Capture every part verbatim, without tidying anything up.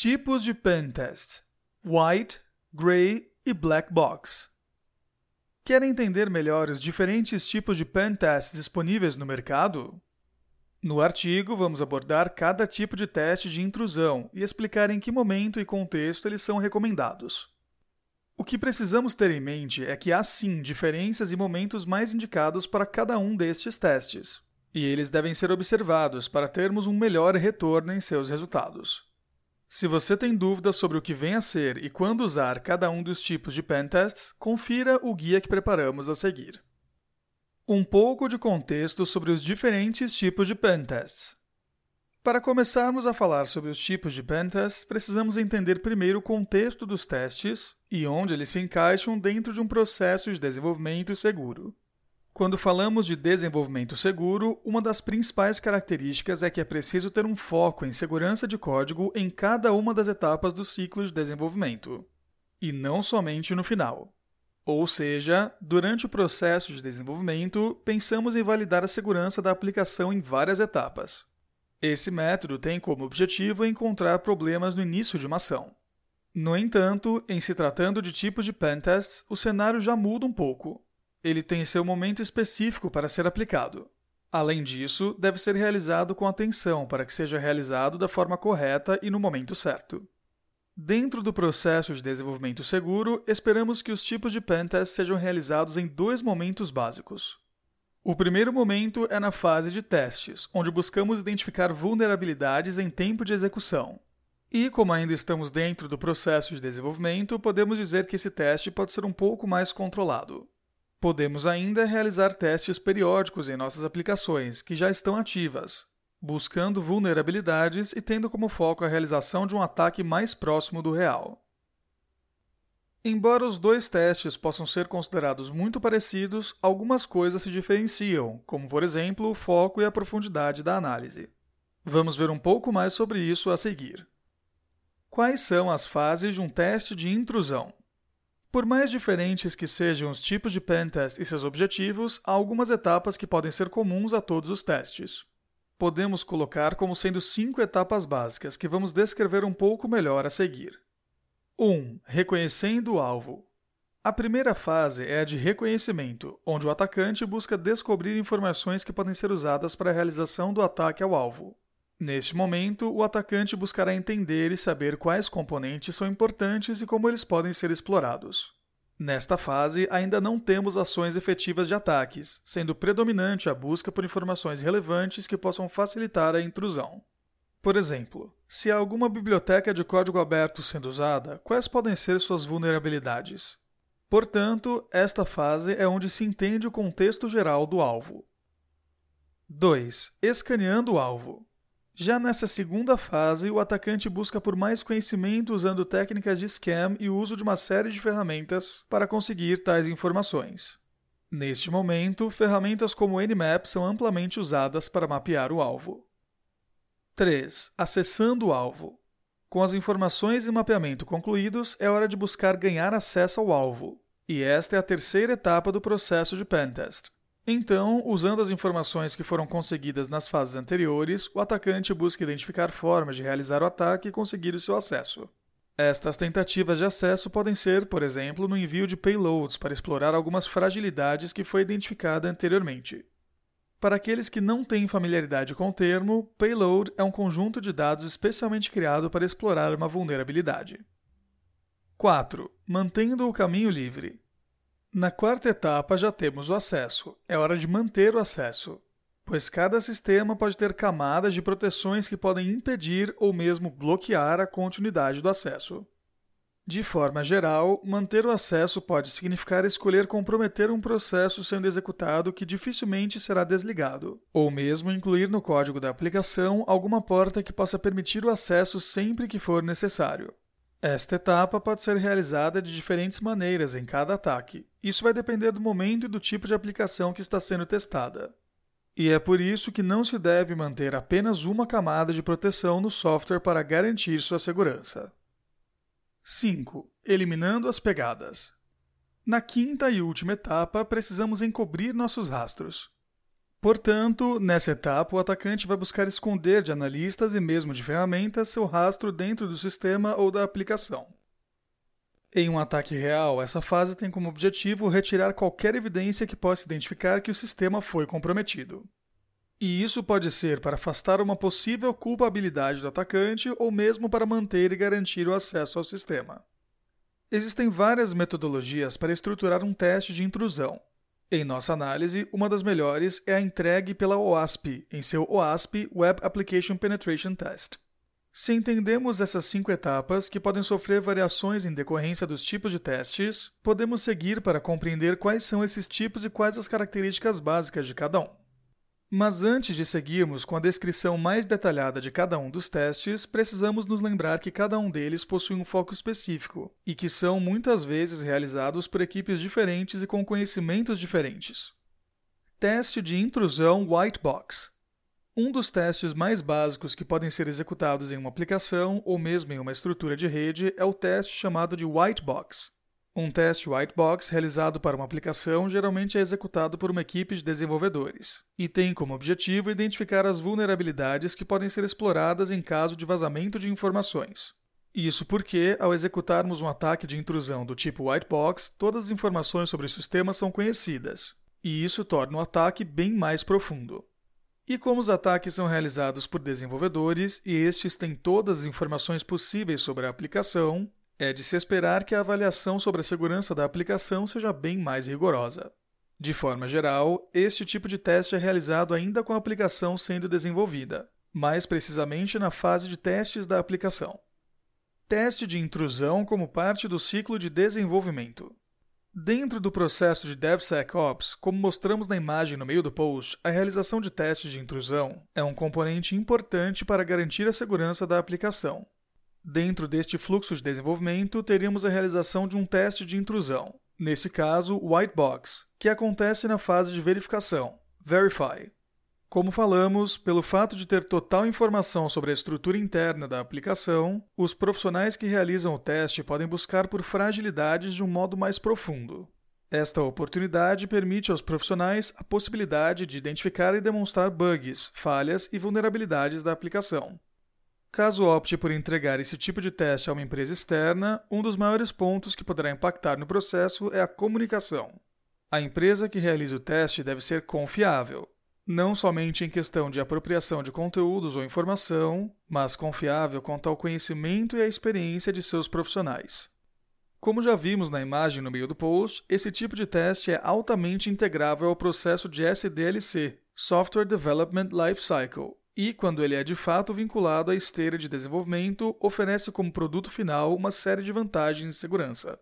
Tipos de Pentest: White, Gray e Black Box. Querem entender melhor os diferentes tipos de pentests disponíveis no mercado? No artigo, vamos abordar cada tipo de teste de intrusão e explicar em que momento e contexto eles são recomendados. O que precisamos ter em mente é que há sim diferenças e momentos mais indicados para cada um destes testes, e eles devem ser observados para termos um melhor retorno em seus resultados. Se você tem dúvidas sobre o que vem a ser e quando usar cada um dos tipos de pentests, confira o guia que preparamos a seguir. Um pouco de contexto sobre os diferentes tipos de pentests. Para começarmos a falar sobre os tipos de pentests, precisamos entender primeiro o contexto dos testes e onde eles se encaixam dentro de um processo de desenvolvimento seguro. Quando falamos de desenvolvimento seguro, uma das principais características é que é preciso ter um foco em segurança de código em cada uma das etapas do ciclo de desenvolvimento, e não somente no final. Ou seja, durante o processo de desenvolvimento, pensamos em validar a segurança da aplicação em várias etapas. Esse método tem como objetivo encontrar problemas no início de uma ação. No entanto, em se tratando de tipos de pentests, o cenário já muda um pouco. Ele tem seu momento específico para ser aplicado. Além disso, deve ser realizado com atenção para que seja realizado da forma correta e no momento certo. Dentro do processo de desenvolvimento seguro, esperamos que os tipos de pentest sejam realizados em dois momentos básicos. O primeiro momento é na fase de testes, onde buscamos identificar vulnerabilidades em tempo de execução. E, como ainda estamos dentro do processo de desenvolvimento, podemos dizer que esse teste pode ser um pouco mais controlado. Podemos ainda realizar testes periódicos em nossas aplicações, que já estão ativas, buscando vulnerabilidades e tendo como foco a realização de um ataque mais próximo do real. Embora os dois testes possam ser considerados muito parecidos, algumas coisas se diferenciam, como por exemplo o foco e a profundidade da análise. Vamos ver um pouco mais sobre isso a seguir. Quais são as fases de um teste de intrusão? Por mais diferentes que sejam os tipos de pentest e seus objetivos, há algumas etapas que podem ser comuns a todos os testes. Podemos colocar como sendo cinco etapas básicas que vamos descrever um pouco melhor a seguir. um. Reconhecendo o alvo. A primeira fase é a de reconhecimento, onde o atacante busca descobrir informações que podem ser usadas para a realização do ataque ao alvo. Neste momento, o atacante buscará entender e saber quais componentes são importantes e como eles podem ser explorados. Nesta fase, ainda não temos ações efetivas de ataques, sendo predominante a busca por informações relevantes que possam facilitar a intrusão. Por exemplo, se há alguma biblioteca de código aberto sendo usada, quais podem ser suas vulnerabilidades? Portanto, esta fase é onde se entende o contexto geral do alvo. dois. Escaneando o alvo. Já nessa segunda fase, o atacante busca por mais conhecimento usando técnicas de scam e o uso de uma série de ferramentas para conseguir tais informações. Neste momento, ferramentas como o Nmap são amplamente usadas para mapear o alvo. três. Acessando o alvo. Com as informações e mapeamento concluídos, é hora de buscar ganhar acesso ao alvo. E esta é a terceira etapa do processo de pentest. Então, usando as informações que foram conseguidas nas fases anteriores, o atacante busca identificar formas de realizar o ataque e conseguir o seu acesso. Estas tentativas de acesso podem ser, por exemplo, no envio de payloads para explorar algumas fragilidades que foi identificada anteriormente. Para aqueles que não têm familiaridade com o termo, payload é um conjunto de dados especialmente criado para explorar uma vulnerabilidade. quatro. Mantendo o caminho livre. Na quarta etapa já temos o acesso. É hora de manter o acesso, pois cada sistema pode ter camadas de proteções que podem impedir ou mesmo bloquear a continuidade do acesso. De forma geral, manter o acesso pode significar escolher comprometer um processo sendo executado que dificilmente será desligado, ou mesmo incluir no código da aplicação alguma porta que possa permitir o acesso sempre que for necessário. Esta etapa pode ser realizada de diferentes maneiras em cada ataque. Isso vai depender do momento e do tipo de aplicação que está sendo testada. E é por isso que não se deve manter apenas uma camada de proteção no software para garantir sua segurança. cinco. Eliminando as pegadas. Na quinta e última etapa, precisamos encobrir nossos rastros. Portanto, nessa etapa, o atacante vai buscar esconder de analistas e mesmo de ferramentas seu rastro dentro do sistema ou da aplicação. Em um ataque real, essa fase tem como objetivo retirar qualquer evidência que possa identificar que o sistema foi comprometido. E isso pode ser para afastar uma possível culpabilidade do atacante ou mesmo para manter e garantir o acesso ao sistema. Existem várias metodologias para estruturar um teste de intrusão. Em nossa análise, uma das melhores é a entregue pela OASP, em seu OASP Web Application Penetration Test. Se entendemos essas cinco etapas, que podem sofrer variações em decorrência dos tipos de testes, podemos seguir para compreender quais são esses tipos e quais as características básicas de cada um. Mas antes de seguirmos com a descrição mais detalhada de cada um dos testes, precisamos nos lembrar que cada um deles possui um foco específico e que são muitas vezes realizados por equipes diferentes e com conhecimentos diferentes. Teste de intrusão White Box. Um dos testes mais básicos que podem ser executados em uma aplicação ou mesmo em uma estrutura de rede é o teste chamado de White Box. Um teste white box realizado para uma aplicação geralmente é executado por uma equipe de desenvolvedores e tem como objetivo identificar as vulnerabilidades que podem ser exploradas em caso de vazamento de informações. Isso porque, ao executarmos um ataque de intrusão do tipo white box, todas as informações sobre o sistema são conhecidas, e isso torna o ataque bem mais profundo. E como os ataques são realizados por desenvolvedores e estes têm todas as informações possíveis sobre a aplicação, é de se esperar que a avaliação sobre a segurança da aplicação seja bem mais rigorosa. De forma geral, este tipo de teste é realizado ainda com a aplicação sendo desenvolvida, mais precisamente na fase de testes da aplicação. Teste de intrusão como parte do ciclo de desenvolvimento. Dentro do processo de DevSecOps, como mostramos na imagem no meio do post, a realização de testes de intrusão é um componente importante para garantir a segurança da aplicação. Dentro deste fluxo de desenvolvimento, teríamos a realização de um teste de intrusão, nesse caso, o White Box, que acontece na fase de verificação, Verify. Como falamos, pelo fato de ter total informação sobre a estrutura interna da aplicação, os profissionais que realizam o teste podem buscar por fragilidades de um modo mais profundo. Esta oportunidade permite aos profissionais a possibilidade de identificar e demonstrar bugs, falhas e vulnerabilidades da aplicação. Caso opte por entregar esse tipo de teste a uma empresa externa, um dos maiores pontos que poderá impactar no processo é a comunicação. A empresa que realiza o teste deve ser confiável, não somente em questão de apropriação de conteúdos ou informação, mas confiável quanto ao conhecimento e à experiência de seus profissionais. Como já vimos na imagem no meio do post, esse tipo de teste é altamente integrável ao processo de S D L C, Software Development Lifecycle, e, quando ele é de fato vinculado à esteira de desenvolvimento, oferece como produto final uma série de vantagens de segurança.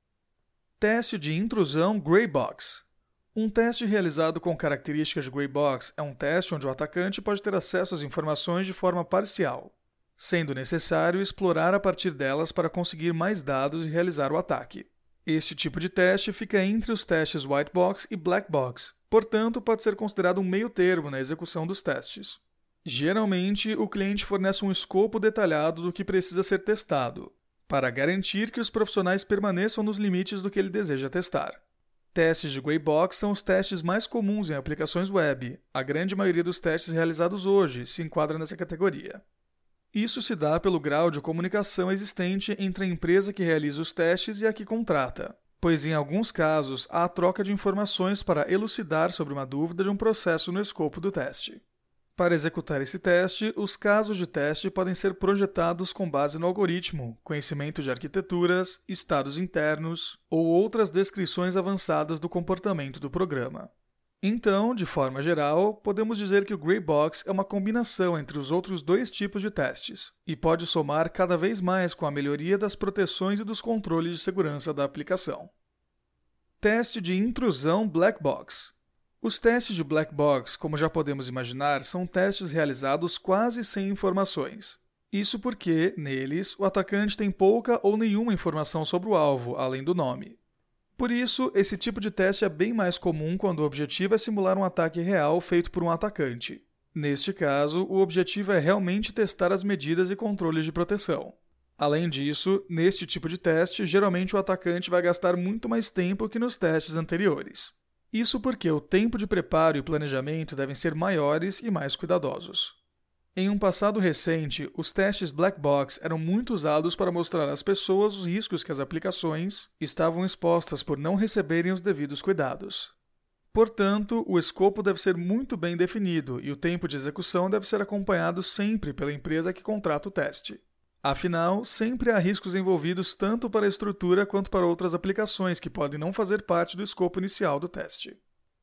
Teste de intrusão Gray Box. Um teste realizado com características de Gray Box é um teste onde o atacante pode ter acesso às informações de forma parcial, sendo necessário explorar a partir delas para conseguir mais dados e realizar o ataque. Este tipo de teste fica entre os testes White Box e Black Box, portanto pode ser considerado um meio termo na execução dos testes. Geralmente, o cliente fornece um escopo detalhado do que precisa ser testado, para garantir que os profissionais permaneçam nos limites do que ele deseja testar. Testes de Gray Box são os testes mais comuns em aplicações web. A grande maioria dos testes realizados hoje se enquadra nessa categoria. Isso se dá pelo grau de comunicação existente entre a empresa que realiza os testes e a que contrata, pois em alguns casos há a troca de informações para elucidar sobre uma dúvida de um processo no escopo do teste. Para executar esse teste, os casos de teste podem ser projetados com base no algoritmo, conhecimento de arquiteturas, estados internos ou outras descrições avançadas do comportamento do programa. Então, de forma geral, podemos dizer que o Gray Box é uma combinação entre os outros dois tipos de testes e pode somar cada vez mais com a melhoria das proteções e dos controles de segurança da aplicação. Teste de intrusão Black Box. Os testes de Black Box, como já podemos imaginar, são testes realizados quase sem informações. Isso porque, neles, o atacante tem pouca ou nenhuma informação sobre o alvo, além do nome. Por isso, esse tipo de teste é bem mais comum quando o objetivo é simular um ataque real feito por um atacante. Neste caso, o objetivo é realmente testar as medidas e controles de proteção. Além disso, neste tipo de teste, geralmente o atacante vai gastar muito mais tempo que nos testes anteriores. Isso porque o tempo de preparo e planejamento devem ser maiores e mais cuidadosos. Em um passado recente, os testes black box eram muito usados para mostrar às pessoas os riscos que as aplicações estavam expostas por não receberem os devidos cuidados. Portanto, o escopo deve ser muito bem definido e o tempo de execução deve ser acompanhado sempre pela empresa que contrata o teste. Afinal, sempre há riscos envolvidos tanto para a estrutura quanto para outras aplicações que podem não fazer parte do escopo inicial do teste.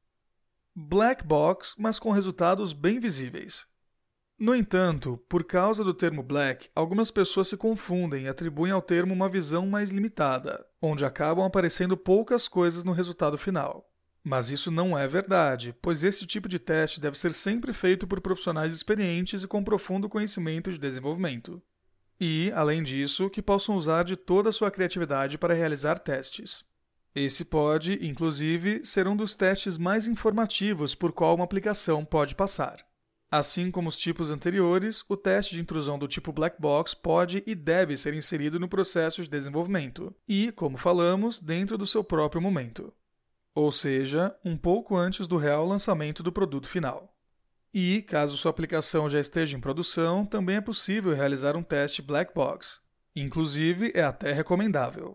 Black box, mas com resultados bem visíveis. No entanto, por causa do termo black, algumas pessoas se confundem e atribuem ao termo uma visão mais limitada, onde acabam aparecendo poucas coisas no resultado final. Mas isso não é verdade, pois esse tipo de teste deve ser sempre feito por profissionais experientes e com profundo conhecimento de desenvolvimento. E, além disso, que possam usar de toda a sua criatividade para realizar testes. Esse pode, inclusive, ser um dos testes mais informativos por qual uma aplicação pode passar. Assim como os tipos anteriores, o teste de intrusão do tipo Black Box pode e deve ser inserido no processo de desenvolvimento e, como falamos, dentro do seu próprio momento. Ou seja, um pouco antes do real lançamento do produto final. E, caso sua aplicação já esteja em produção, também é possível realizar um teste Black Box. Inclusive, é até recomendável.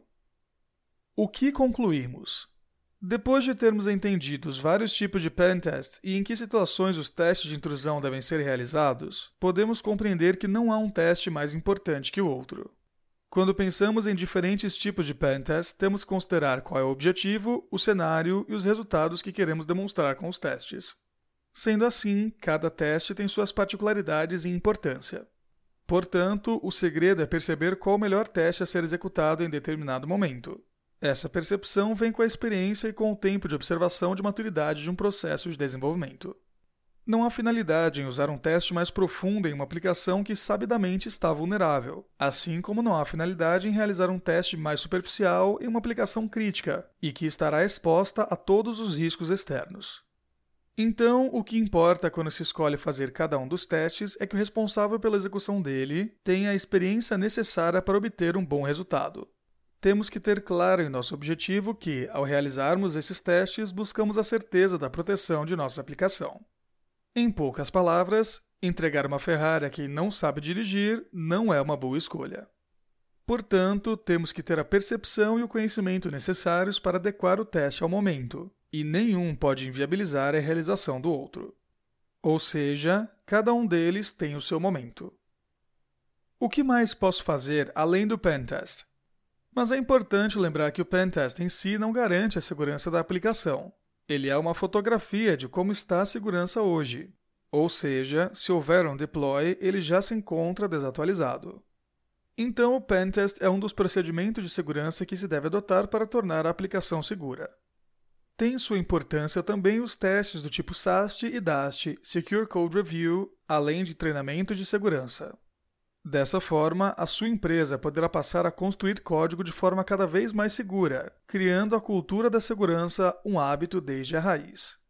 O que concluímos? Depois de termos entendido os vários tipos de pentests e em que situações os testes de intrusão devem ser realizados, podemos compreender que não há um teste mais importante que o outro. Quando pensamos em diferentes tipos de pentests, temos que considerar qual é o objetivo, o cenário e os resultados que queremos demonstrar com os testes. Sendo assim, cada teste tem suas particularidades e importância. Portanto, o segredo é perceber qual o melhor teste a ser executado em determinado momento. Essa percepção vem com a experiência e com o tempo de observação de maturidade de um processo de desenvolvimento. Não há finalidade em usar um teste mais profundo em uma aplicação que sabidamente está vulnerável, assim como não há finalidade em realizar um teste mais superficial em uma aplicação crítica e que estará exposta a todos os riscos externos. Então, o que importa quando se escolhe fazer cada um dos testes é que o responsável pela execução dele tenha a experiência necessária para obter um bom resultado. Temos que ter claro em nosso objetivo que, ao realizarmos esses testes, buscamos a certeza da proteção de nossa aplicação. Em poucas palavras, entregar uma Ferrari a quem não sabe dirigir não é uma boa escolha. Portanto, temos que ter a percepção e o conhecimento necessários para adequar o teste ao momento, e nenhum pode inviabilizar a realização do outro. Ou seja, cada um deles tem o seu momento. O que mais posso fazer além do pentest? Mas é importante lembrar que o pentest em si não garante a segurança da aplicação. Ele é uma fotografia de como está a segurança hoje. Ou seja, se houver um deploy, ele já se encontra desatualizado. Então, o pentest é um dos procedimentos de segurança que se deve adotar para tornar a aplicação segura. Tem sua importância também os testes do tipo SAST e DAST, Secure Code Review, além de treinamento de segurança. Dessa forma, a sua empresa poderá passar a construir código de forma cada vez mais segura, criando a cultura da segurança um hábito desde a raiz.